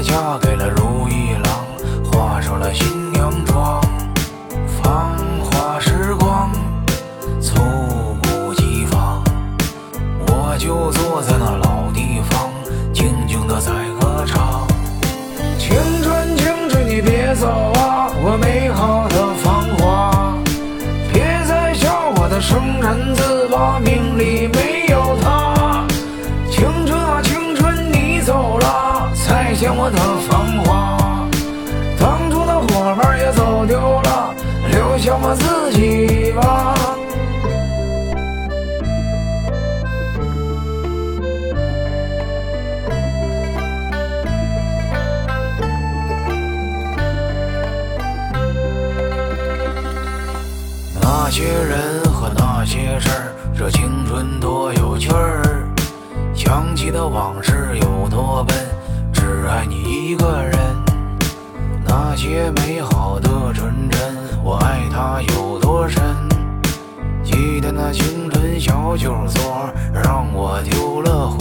嫁给了如意郎，画上了新娘妆。芳华时光猝不及防，我就坐在那老地方，静静地在歌唱。青春青春你别走啊，我美好的芳华，别再笑我的生辰字吧，命里没有他。青春啊青春你走了，才见我的芳华，当初的伙伴也走丢了，留下我自己吧。那些人和那些事儿，这青春多有趣儿。想起的往事有多笨，只爱你一个人。那些美好的纯真，我爱它有多深。记得那青春小酒桌，让我丢了魂。